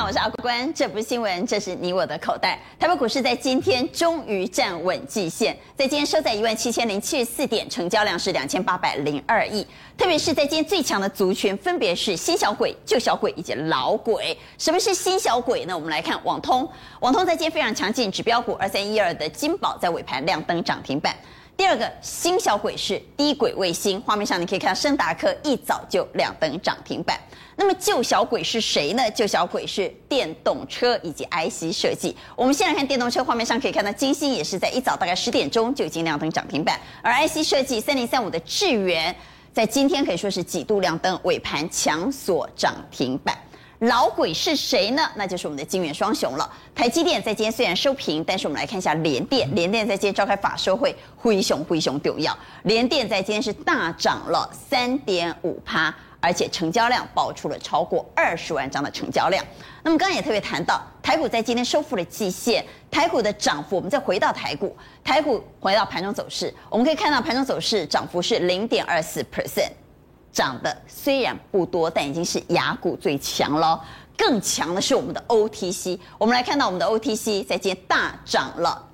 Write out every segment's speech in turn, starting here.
好，我是阿关，这不是新闻，这是你我的口袋。台北股市在今天终于站稳季线，在今天收在17074点，成交量是2802亿。特别是在今天最强的族群，分别是新小鬼、旧小鬼以及老鬼。什么是新小鬼呢？我们来看网通，网通在今天非常强劲，指标股2312的金宝在尾盘亮灯涨停板。第二个新小鬼是低轨卫星，画面上你可以看到昇达科一早就亮灯涨停板。那么旧小鬼是谁呢？旧小鬼是电动车以及 IC 设计。我们先来看电动车，画面上可以看到金星也是在一早大概10点钟就已经亮灯涨停板，而 IC 设计3035的智原在今天可以说是几度亮灯，尾盘强锁涨停板。老鬼是谁呢？那就是我们的晶圆双雄了。台积电在今天虽然收平，但是我们来看一下联电，联电在今天召开法说会，灰熊丢药。联电在今天是大涨了3.5%，而且成交量爆出了超过20万张的成交量。那么刚刚也特别谈到，台股在今天收复了季线，台股的涨幅，我们再回到台股回到盘中走势，我们可以看到盘中走势涨幅是0.24%。涨的虽然不多，但已经是亚股最强了。更强的是我们的 OTC， 我们来看到我们的 OTC 在今天大涨了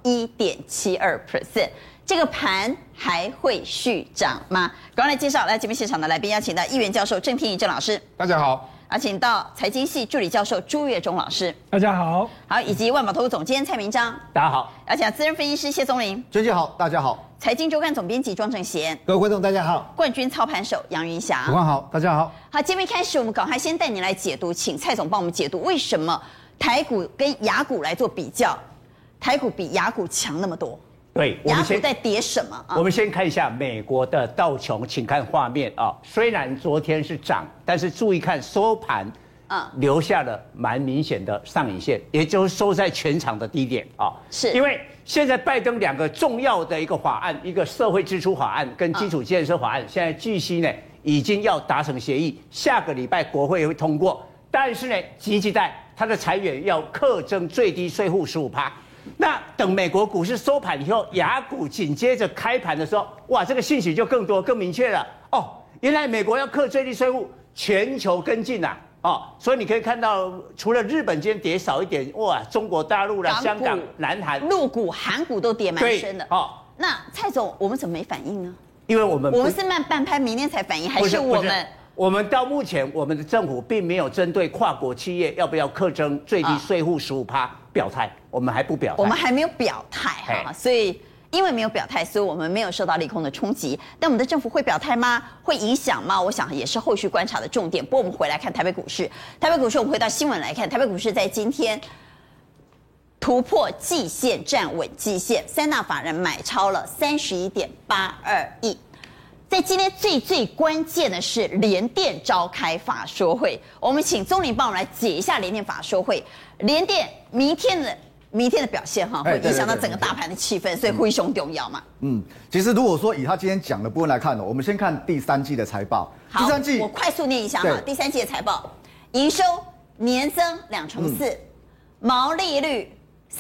1.72%，这个盘还会续涨吗？赶快来介绍来节目现场的来宾，邀请到议员教授郑天仪郑老师， 大家好； 邀请到财经系助理教授朱岳忠老师， 大家好； 好，以及万宝投顾总监蔡明彰， 大家好； 邀请到资深分析师谢宗霖， 娟姐好，大家好； 财经周刊总编辑庄正贤， 各位观众大家好； 冠军操盘手杨云霞， 主管好，大家好。 好，节目一开始我们赶快先带你来解读，请蔡总帮我们解读为什么台股跟亚股来做比较，台股比亚股强那么多。 对， 亚股在跌什么啊？ 我们先看一下美国的道琼，请看画面啊。虽然昨天是涨，但是注意看收盘，留下了蛮明显的上影线，也就是收在全场的低点啊。 是因为现在拜登2个重要的一个法案，一个社会支出法案跟基础建设法案，现在据悉呢已经要达成协议，下个礼拜国会会通过。但是呢，急期待它的裁员要课征最低税负15%。那等美国股市收盘以后，亚股紧接着开盘的时候，哇，这个信息就更多、更明确了哦。原来美国要课最低税负，全球跟进啊，哦，所以你可以看到，除了日本今天跌少一点，哇，中国大陆啦、香港、南韩、 陆股、韩股都跌蛮深的。哦，那蔡总，我们怎么没反应呢？ 因为我们是慢半拍，明天才反应，还是我们？ 我们到目前，我们的政府并没有针对跨国企业要不要课征最低税负15%表态，我们还不表态， 我们还没有表态哈，所以因为没有表态，所以我们没有受到利空的冲击。但我们的政府会表态吗？会影响吗？我想也是后续观察的重点。不过我们回来看台北股市，台北股市我们回到新闻来看，台北股市在今天突破季线，站稳季线，三大法人买超了31.82亿。在今天最关键的是联电召开法说会，我们请宗霖帮我们来解一下联电法说会。联电明天的表现哈，会影响到整个大盘的气氛，所以灰熊重要嘛。 其实如果说以他今天讲的部分来看呢，我们先看第3季的财报。 好，第3季我快速念一下哈，第3季的财报，营收年增2%，毛利率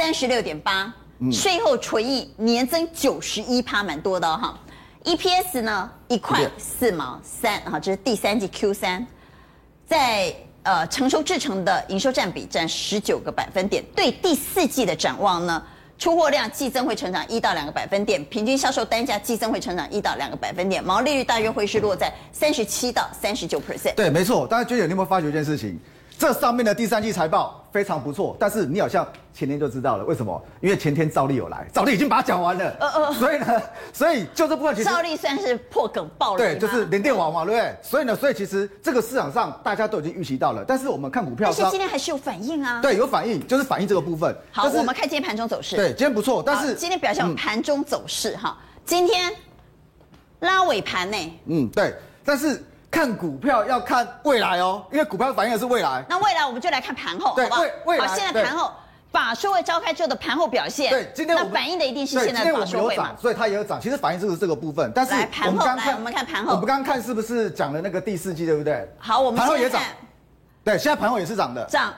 36.8%，税后纯益年增91%，蛮多的哈。EPS 呢1块4毛3啊，这是第3季 Q3， 在成熟制程的营收占比占19个百分点。对第4季的展望呢，出货量季增会成长1到2个百分点，平均销售单价季增会成长1到2个百分点，毛利率大约会是落在37到39%。 对，没错。但是娟姐，你有没有发觉一件事情？这上面的第3季财报非常不错，但是你好像前天就知道了，为什么？因为前天兆利有来，兆利已经把它讲完了。所以就这部分其实兆利算是破梗爆雷， 对，就是联电网嘛，对不对？所以其实这个市场上大家都已经预期到了，但是我们看股票， 但是今天还是有反应啊。 对，有反应，就是反应这个部分。 好，我们看今天盘中走势。 对，今天不错，但是今天表现我们盘中走势哈，今天拉尾盘呢。 对，但是。看股票要看未来哦，因为股票反映的是未来。 那未来我们就来看盘后，好不好？ 未来。 好，现在盘后法说会召开之后的盘后表现。 对，今天那反映的一定是现在的法说会嘛， 所以它也有涨。其实反映这个部分，但是盘后我们看盘后。 我们刚刚看是不是讲了那个第4季，对不对？ 好，我们盘后也涨。对，现在盘后也是涨的， 涨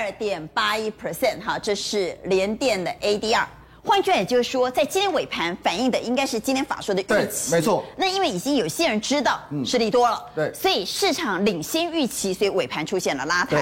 2.81%。哈，这是联电的 ADR。换句话也就是说，在今天尾盘反映的应该是今天法说的预期， 没错。 那因为已经有些人知道是利多了， 对， 所以市场领先预期，所以尾盘出现了拉抬。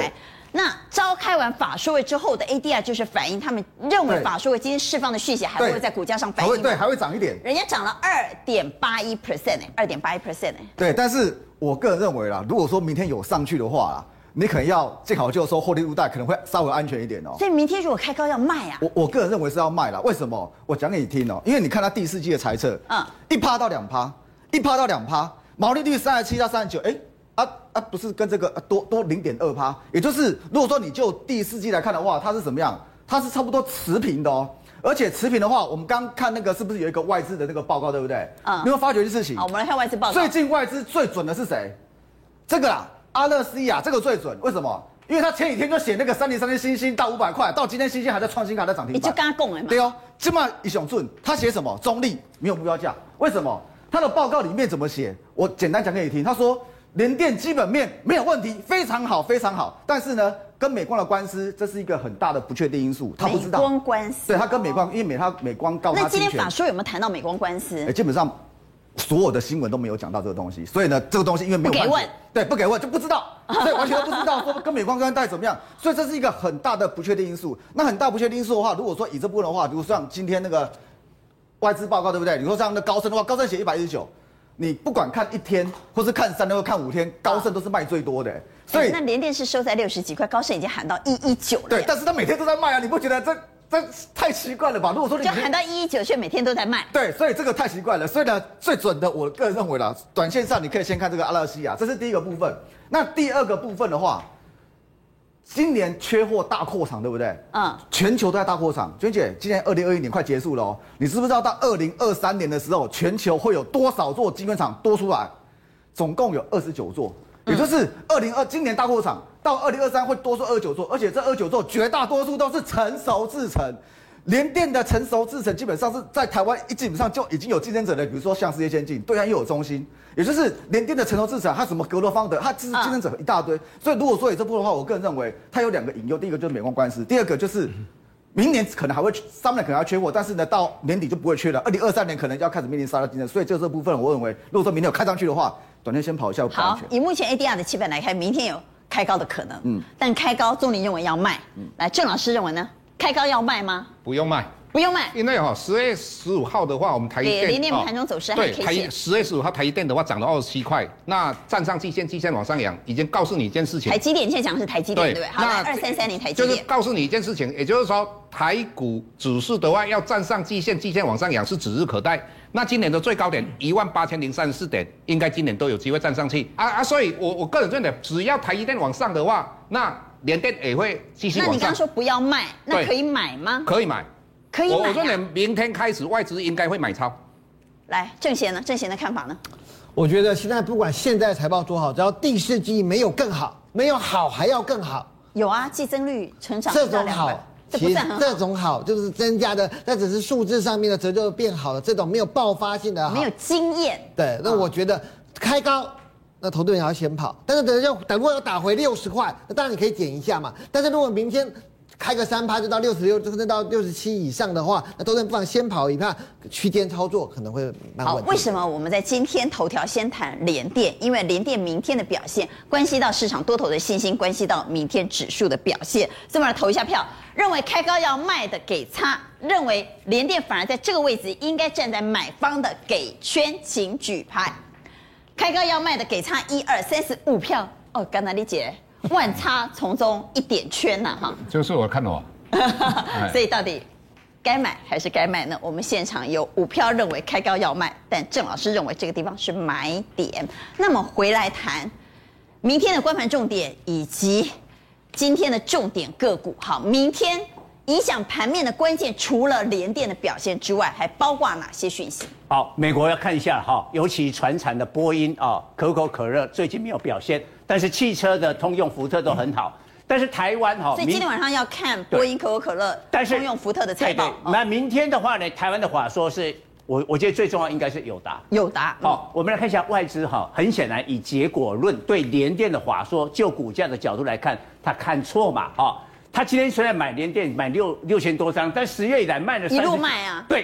那召开完法说会之后的 ADR 就是反映他们认为法说会今天释放的讯息还会在股价上反映， 对，还会涨一点。 人家涨了2.81%哎，2.81%哎。 对，但是我个人认为啦，如果说明天有上去的话啦，你可能要见好就收，获利入袋，可能会稍微安全一点哦。 所以明天如果开高要卖啊？ 我个人认为是要卖啦。为什么？我讲给你听哦，因为你看它第4季的财测，1%到2%，1%到2%，毛利率37到39，不是跟这个多0.2%，也就是如果说你就第4季来看的话，它是怎么样？它是差不多持平的哦。而且持平的话，我们刚看那个是不是有一个外资的那个报告，对不对？你有没有发觉一件事情？ 好，我们来看外资报告。 最近外资最准的是谁？这个啦，阿乐 C 啊，这个最准。为什么？因为他前几天就写那个303天星星到500块，到今天星星还在创新高，在涨停板。 你就跟他讲了嘛。 对哦，这么一熊准，他写什么？中立，没有目标价。为什么？他的报告里面怎么写？我简单讲给你听。他说联电基本面没有问题，非常好，非常好。但是呢，跟美光的官司，这是一个很大的不确定因素，他不知道。 美光官司。 对，他跟美光，因为美光告他侵权。 那今天法说有没有谈到美光官司？ 基本上所有的新闻都没有讲到这个东西，所以呢，这个东西因为没有不给问， 对，不给问就不知道，所以完全都不知道说跟美光跟带怎么样，所以这是一个很大的不确定因素。那很大不确定因素的话，如果说以这部分的话，比如像今天那个外资报告，对不对？你说像那高盛的话，高盛写119。你不管看1天，或是看3天，或看5天，高盛都是卖最多的。所以那联电是收在60几块，高盛已经喊到119了。 对，但是他每天都在卖啊，你不觉得这太奇怪了吧？如果说你就喊到119，却每天都在卖。 对，所以这个太奇怪了。所以呢，最准的，我个人认为啦，短线上你可以先看这个阿乐西亚，这是第一个部分。那第二个部分的话，今年缺货大扩厂，对不对？全球都在大扩厂。娟姐，今年2021年快结束了哦，你知不知道到2023年的时候，全球会有多少座晶圆厂多出来？总共有29座，也就是今年大扩厂到2023会多出29座，而且这29座绝大多数都是成熟制程。联电的成熟制程基本上是在台湾基本上就已经有竞争者了，比如说像世界先进，对岸又有中芯，也就是联电的成熟制程，它什么格罗方德，它是竞争者一大堆。所以如果说有这部分的话，我个人认为它有2个隐忧，第一个就是美光官司，第二个就是明年可能还会上面可能要缺货，但是呢到年底就不会缺了，2023年可能就要开始面临杀到竞争，所以这部分我认为，如果说明天有开上去的话，短线先跑一下。 好，以目前 ADR 的气氛来看，明天有开高的可能，但开高钟林认为要卖，来郑老师认为呢？开高要卖吗？ 不用卖。 不用卖， 因为10月15号的话，我们台积电联电盘中走势还对10月15号台积电的话涨了27块，那站上季线，季线往上扬，已经告诉你一件事情。 台积电现在讲的是台积电，对不对？好，那2330台积电就是告诉你一件事情，也就是说台股指数的话要站上季线，季线往上扬是指日可待。那今年的最高点18034点，应该今年都有机会站上去所以我个人认为，只要台积电往上的话，那联电也会继续往上。 那你刚刚说不要卖，那可以买吗？ 可以买。 可以买我认为明天开始外资应该会买超。 来，郑贤呢？郑贤的看法呢？ 我觉得现在不管现在财报多好，只要第4季没有更好，没有好还要更好。 有啊，季增率成长这种好， 其实这种好就是增加的，那只是数字上面的折旧变好了，这种没有爆发性的好， 没有经验。 对，那我觉得开高。那投资人要先跑，但是等如果要打回60块，那当然你可以减一下嘛。但是如果明天开个3%就到66，甚至到67以上的话，那投资人不妨先跑一趴，区间操作可能会蛮稳定。 为什么我们在今天头条先谈联电？因为联电明天的表现关系到市场多头的信心，关系到明天指数的表现。所以我们来投一下票，认为开高要卖的给叉，认为联电反而在这个位置应该站在买方的给圈，请举牌。开高要卖的给叉1、2、35票哦，刚才理解万差从中一点圈呐哈， 就是我看我， 所以到底该买还是该卖呢？我们现场有5票认为开高要卖，但郑老师认为这个地方是买点。那么回来谈明天的观盘重点以及今天的重点个股。好，明天影响盘面的关键，除了联电的表现之外，还包括哪些讯息？ 好，美国要看一下哈，尤其传产的波音可口可乐最近没有表现，但是汽车的通用、福特都很好。但是台湾所以今天晚上要看波音、可口可乐、通用、福特的财报。 那明天的话呢，台湾的话说是我觉得最重要应该是友达。 友达。 好，我们来看一下外资很显然以结果论对联电的话说，就股价的角度来看，他看错嘛他今天虽然买联电买6000多张，但10月以来卖了一路卖啊。 对。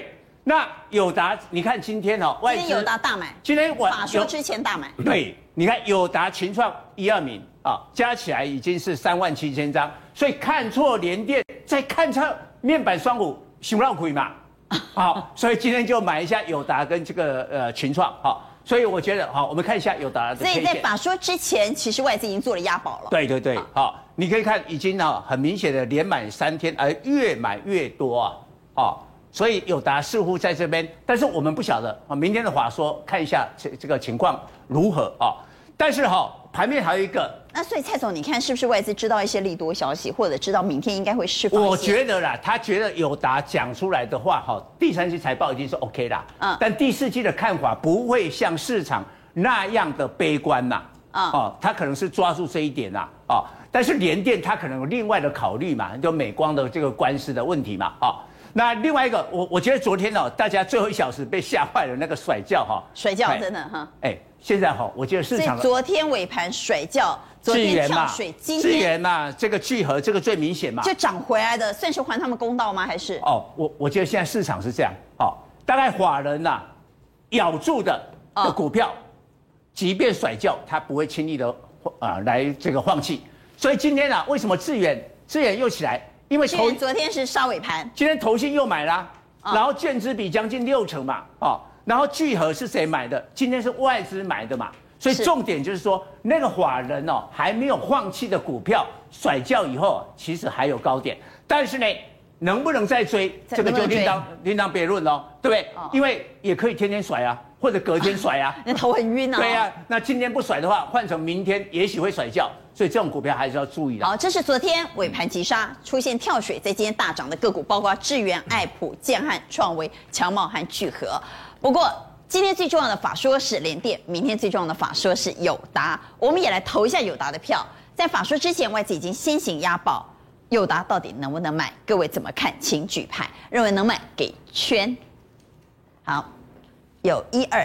那友达，你看今天哦， 今天友达大买， 今天法说之前大买。 对，你看友达、群创、1、2名啊，加起来已经是37000张，所以看错联电，再看错面板双虎，熊绕亏嘛。好，所以今天就买一下友达跟这个群创，好。所以我觉得，好，我们看一下友达的 K 线。 所以在法说之前，其实外资已经做了押宝了。 对对对，好，你可以看已经很明显的连买3天，而越买越多啊，所以友达似乎在这边，但是我们不晓得啊，明天的法说看一下这个情况如何啊。但是盘面还有一个， 那所以蔡总，你看是不是外资知道一些利多消息，或者知道明天应该会释放？ 我觉得啦，他觉得友达讲出来的话，第3季财报已经是 OK 啦，但第4季的看法不会像市场那样的悲观呐，他可能是抓住这一点啦，但是联电他可能有另外的考虑嘛，就美光的这个官司的问题嘛，那另外一个，我觉得昨天大家最后1小时被吓坏了，那个甩轿甩轿真的哈， 现在我觉得市场昨天尾盘甩轿，昨天跳水，今天智原嘛，这个聚合这个最明显嘛， 就涨回来的，算是还他们公道吗？还是我觉得现在市场是这样，大概法人咬住的股票，即便甩轿，他不会轻易的来这个放弃。所以今天为什么智原又起来？因为昨天是杀尾盘， 今天投信又买啦，然后券资比将近60%嘛，然后聚合是谁买的？今天是外资买的嘛，所以重点就是说，那个法人还没有放弃的股票甩轿以后，其实还有高点，但是呢，能不能再追，这个就另当别论喽，对不对？因为也可以天天甩啊，或者隔天甩啊， 那头很晕啊。 对啊，那今天不甩的话，换成明天也许会甩轿，所以这种股票还是要注意的。 好，这是昨天尾盘急杀出现跳水，在今天大涨的个股，包括智原、爱普、建汉、创维、强茂和聚合。不过今天最重要的法说是联电，明天最重要的法说是友达。我们也来投一下友达的票。在法说之前，外资已经先行押宝，友达到底能不能买？各位怎么看？请举牌，认为能买给圈。好，有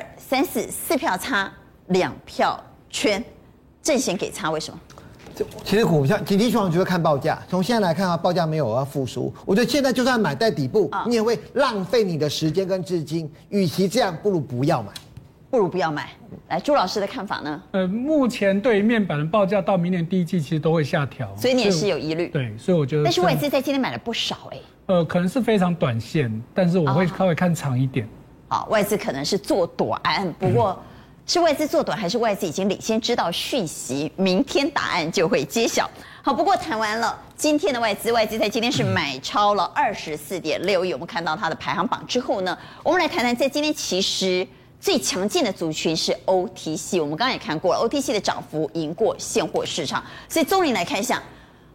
1、2、3、4票差，2票圈，正贤给差，为什么？ 其实股票景气循环就是看报价，从现在来看报价没有要复苏。我觉得现在就算买在底部，你也会浪费你的时间跟资金。与其这样，不如不要买。 不如不要买。来，朱老师的看法呢？ 目前对于面板的报价到明年第1季其实都会下调， 所以你也是有疑虑。 对，所以我觉得。 但是外资在今天买了不少可能是非常短线，但是我会稍微看长一点。 好，外资可能是做短，不过。是外资做短，还是外资已经领先知道讯息？明天答案就会揭晓。好，不过谈完了今天的外资在今天是买超了24.6亿。我们看到它的排行榜之后呢，我们来谈谈在今天其实最强劲的族群是 OTC。我们刚刚也看过了 ，OTC 的涨幅赢过现货市场。所以钟林来看一下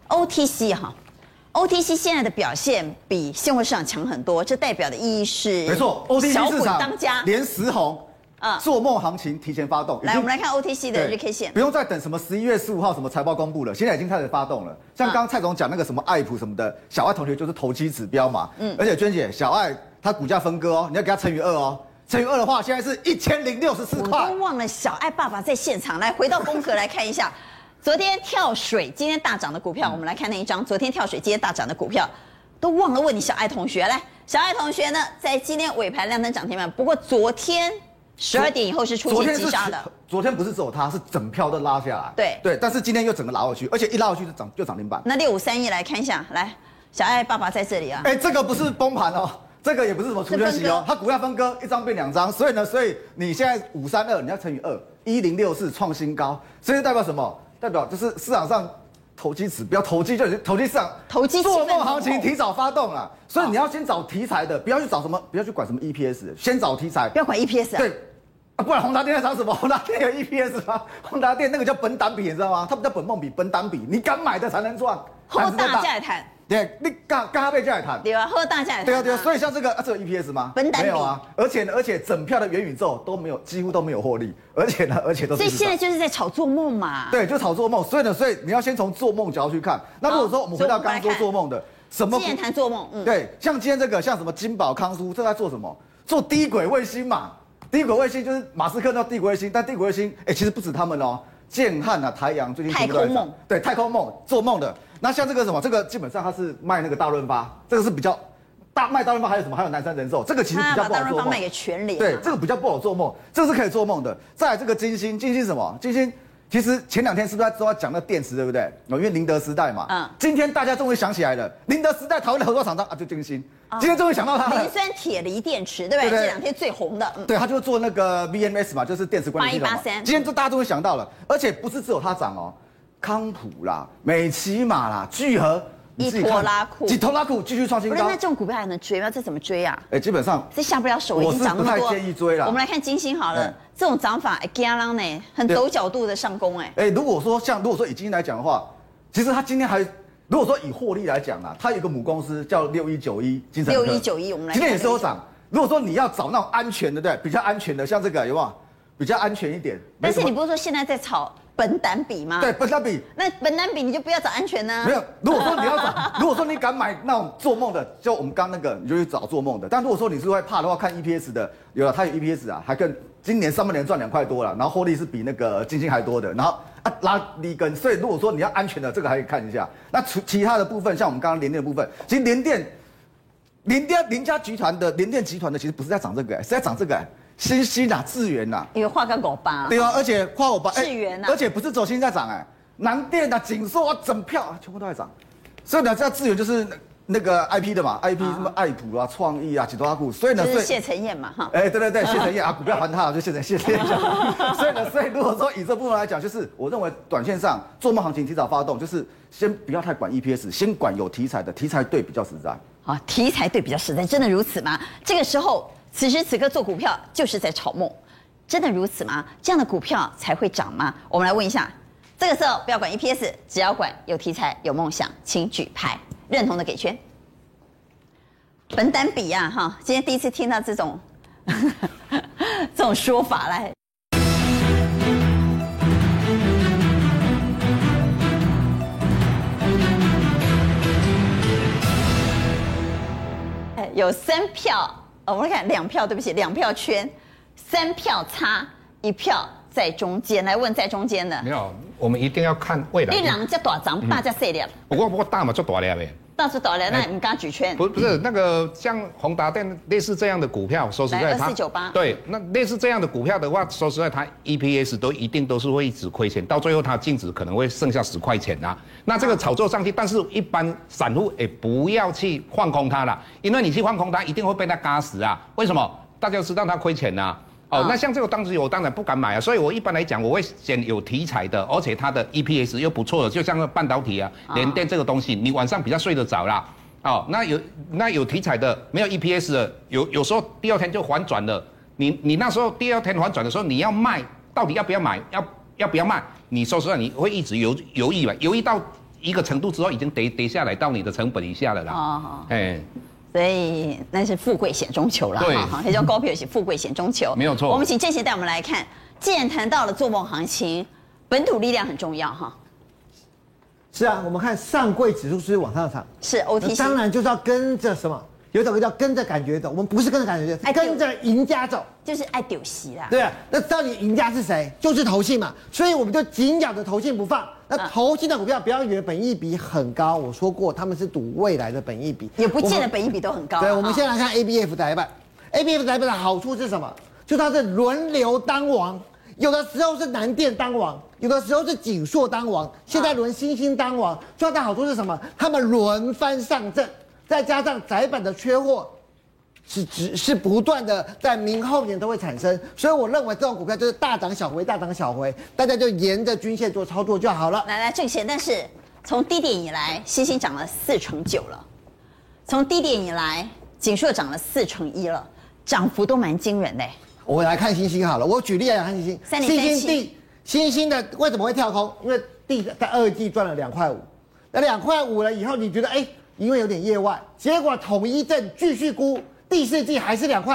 OTC 现在的表现比现货市场强很多，这代表的意义是没错 ，OTC 小股市场当家， 连10红。做梦行情提前发动， 来，我们来看 OTC 的日 K 线， 不用再等什么11月15号什么财报公布了，现在已经开始发动了。像刚刚蔡总讲那个什么爱普什么的，小爱同学就是投机指标嘛，而且娟姐，小爱它股价分割你要给它乘以2乘以2的话，现在是1064块。 我都忘了小爱爸爸在现场，来回到功课来看一下，昨天跳水，今天大涨的股票，我们来看那一张，昨天跳水，今天大涨的股票，都忘了问你小爱同学，来，小爱同学呢，在今天尾盘亮灯涨停板，不过昨天。12点以后是出现急杀的， 昨天不是只有它，是整票都拉下来。对，但是今天又整个拉回去，而且一拉回去就涨停板。 那6531来看一下，来，小爱爸爸在这里啊。 这个不是崩盘这个也不是什么除权息它股价分割1张变2张，所以你现在532你要乘以2，1064创新高，所以代表什么？代表就是市场上投机指标，投机市场做梦行情提早发动了，所以你要先找题材的，不要去管什么 EPS， 先找题材， 不要管 EPS 对。不然宏达电在涨什么？宏达电有 EPS 吗？宏达电那个叫本档比，你知道吗？它不叫本梦比，本档比，你敢买的才能赚。 后大价来谈， 对，你刚被价来谈， 对啊，后大价来谈。 对啊，所以像这个这有 EPS 吗？ 本档比没有啊，而且整票的元宇宙都没有，几乎都没有获利，而且都是。 所以现在就是在炒做梦嘛。 对，就炒做梦，所以你要先从做梦角度去看。那如果说我们回到刚刚说做梦的，什么？ 既然谈做梦， 对，像今天这个，像什么金宝康舒，这在做什么？做低轨卫星嘛。低轨卫星就是马斯克叫低轨卫星，但低轨卫星其实不止他们建汉台阳最近太空梦， 对，太空梦做梦的。那像这个什么，这个基本上它是卖那个大润发，这个是比较卖大润发还有什么？还有南山人寿，这个其实比较不好做梦。 大润发卖给全联， 对，这个比较不好做梦，这个是可以做梦的。再来这个金星什么？金星其实前2天是不是都要讲那电池，对不对？因为宁德时代嘛，今天大家终于想起来了，宁德时代台湾的合作厂商啊，就金星，今天终于想到它了。 磷酸铁锂电池，对不对？这2天最红的， 对，他就做那个 BMS 嘛，就是电池管理系统嘛。今天大家终于想到了，而且不是只有它涨哦，康普啦、美骑马啦、聚合。 伊拖拉库继续创新高。 不是，那这种股票还能追吗？这怎么追啊？ 基本上这下不了手，已经涨那么多。 我是不太建议追了。 我们来看金星好了，这种涨法惊人呢，很陡角度的上攻如果说以金星来讲的话，其实它今天还如果说以获利来讲啊，它有一个母公司叫6191精神科。 6191，我们来看今天也是有涨。如果说你要找那种安全的，对，比较安全的，像这个有没有？比较安全一点。 但是你不是说现在在炒本胆比吗？ 对，本胆比。 那本胆比你就不要找安全呢。 没有，如果说你要找，如果说你敢买那种做梦的，就我们刚那个，你就去找做梦的。但如果说你是会怕的话，看 EPS 的，有了它有 EPS 啊，还更今年上半年赚2块多了，然后获利是比那个金星还多的，然后拉低根。所以如果说你要安全的，这个还可以看一下。那其他的部分，像我们刚刚联电的部分，其实联电集团的其实不是在涨这个，是在涨这个。新兴啊，智源呐， 因为画个58， 对啊，而且画58， 智源呐， 而且不是走新在涨南电啊、景硕啊，整票全部都在涨，所以呢，这智源就是那个 IP 的嘛 ，IP 什么爱普啊、创意啊、几多阿股，所以呢， 就是谢承彦嘛，哈， 对，谢承彦啊，股票还他了，就谢承彦，所以如果说以这部分来讲，就是我认为短线上做梦行情提早发动，就是先不要太管 EPS， 先管有题材的，题材对比较实在。 啊，题材对比较实在，真的如此吗？这个时候。此时此刻做股票就是在炒梦，真的如此吗？这样的股票才会涨吗？我们来问一下，这个时候不要管 EPS， 只要管有题材、有梦想，请举牌。认同的给圈。本胆比啊，哈，今天第一次听到这种这种说法来。有3票。我们看2票，对不起，2票圈，3票差，1票在中间。来问在中间的， 没有，我们一定要看未来。 你人家大涨，大家细粒。 不过大嘛，就大粒呗。 大是大粒，那你们刚举圈。 不是那个像宏达电类似这样的股票，说实在它 2498。 对，那类似这样的股票的话，说实在它 EPS 都一定都是会一直亏钱，到最后它净值可能会剩下10块钱啊。那这个炒作上去，但是一般散户也不要去放空它了，因为你去放空它，一定会被它嘎死啊。为什么？大家知道它亏钱呐。那像这个我当然不敢买啊，所以我一般来讲，我会选有题材的，而且它的 EPS 又不错的，就像那半导体啊、联电这个东西，你晚上比较睡得着啦。那有题材的，没有 EPS 的，有时候第2天就反转了。你那时候第2天反转的时候，你要卖，到底要不要买？要不要卖？你说实话，你会一直犹豫吧？犹豫到一个程度之后，已经跌下来到你的成本以下了啦。 所以那是富贵险中求了， 对， 也叫高票险，富贵险中求， 没有错。 我们请郑贤带我们来看，既然谈到了做梦行情，本土力量很重要哈。 是啊，我们看上柜指数是不是往上涨？ 是 OTC， 当然就是要跟着什么？有一种叫跟着感觉走，我们不是跟着感觉走，跟着赢家走， 就是爱丢席啦。 对啊，那到底赢家是谁？就是投信嘛，所以我们就紧咬着投信不放。那投信的股票不要以为本益比很高，我说过他们是赌未来的本益比， 也不见得本益比都很高。 对，我们先来看 ABF 台版 ，ABF 台版的好处是什么？就它是轮流当王，有的时候是南电当王，有的时候是景硕当王，现在轮新兴当王。最大的好处是什么？他们轮番上阵，再加上载板的缺货。是不断的在明后年都会产生，所以我认为这种股票就是大涨小回，大涨小回，大家就沿着均线做操作就好了。 来，郑贤，但是从低点以来，新兴涨了4.9%了，从低点以来，景硕涨了4.1%了，涨幅都蛮惊人的。 我来看新兴好了，我举例来看新兴，新兴的为什么会跳空？因为在2季赚了2.5块，那2.5块了以后，你觉得因为有点业外，结果统一证继续估。第4季还是2.5块，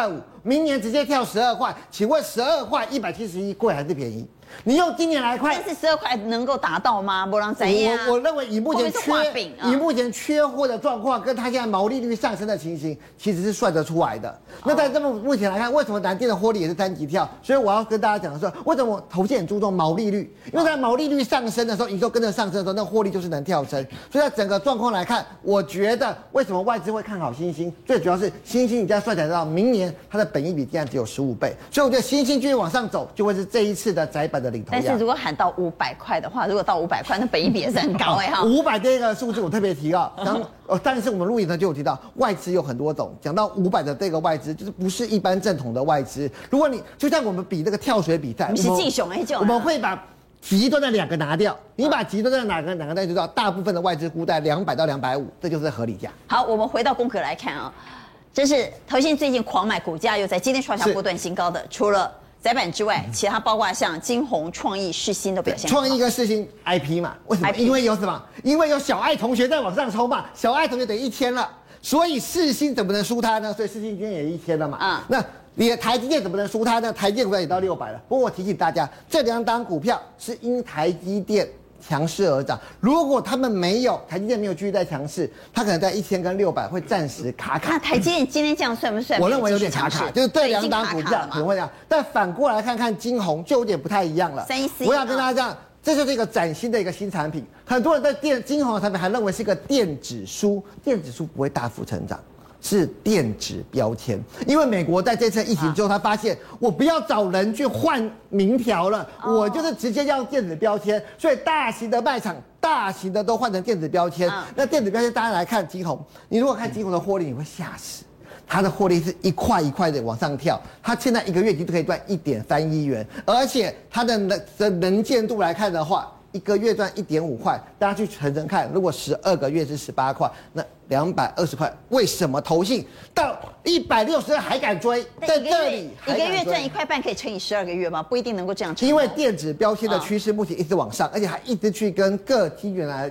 明年直接跳12块，请问12块171贵还是便宜？你用今年来看， 但是12块能够达到吗？不让怎样？ 我认为以目前缺货的状况，跟它现在毛利率上升的情形，其实是算得出来的。那在这么目前来看，为什么南电的获利也是3级跳？所以我要跟大家讲的是，为什么投信很注重毛利率？因为在毛利率上升的时候，营收跟着上升的时候，那获利就是能跳升。所以在整个状况来看，我觉得为什么外资会看好新兴，最主要是新兴你这样算起来到明年它的本益比竟然只有15倍，所以我觉得新兴继续往上走，就会是这一次的窄板的领头羊。 但是如果喊到500块的话，如果到500块，那本益比也是很高哈。 500这个数字我特别提到，但是我们录影呢就有提到，外资有很多种。讲到500的这个外资，就是不是一般正统的外资。如果你就像我们比这个跳水比赛，我们会把极端的2个拿掉，你把极端的哪个就知道，大部分的外资估在200到250，这就是合理价。 好，我们回到功课来看啊，这是投信最近狂买，股价又在今天创下波段新高的，除了载板之外，其他包括像金鸿、创意、世新都表现好。 创意跟世新 IP 嘛，为什么？因为有什么？因为有小爱同学在往上冲嘛，小爱同学等于1000了，所以世新怎么能输他呢？所以世新今天也1000了嘛。那你的台积电怎么能输它呢？台积电股票也到600了。不过我提醒大家，这2档股票是因台积电强势而涨。如果他们没有台积电没有继续在强势，它可能在1000跟600会暂时卡。 那台积电今天这样算不算？ 我认为有点卡，就是这2档股票可能会这样。但反过来看看金鸿就有点不太一样了。我想跟大家讲，这就是一个崭新的一个新产品。很多人在金鸿的产品还认为是一个电子书，电子书不会大幅成长。是电子标签，因为美国在这次疫情之后，他发现我不要找人去换名条了，我就是直接要电子标签，所以大型的卖场、大型的都换成电子标签。那电子标签大家来看金鸿，你如果看金鸿的获利，你会吓死，它的获利是一块一块的往上跳，它现在1个月已经可以赚1.3亿元，而且它的能见度来看的话，1个月赚1.5块，大家去乘乘看，如果12个月是18块，那220块，为什么投信到162还敢追？在这里 1个月赚1块半，可以乘以12个月吗？不一定能够这样乘。 因为电子标签的趋势目前一直往上，而且还一直去跟各晶圆来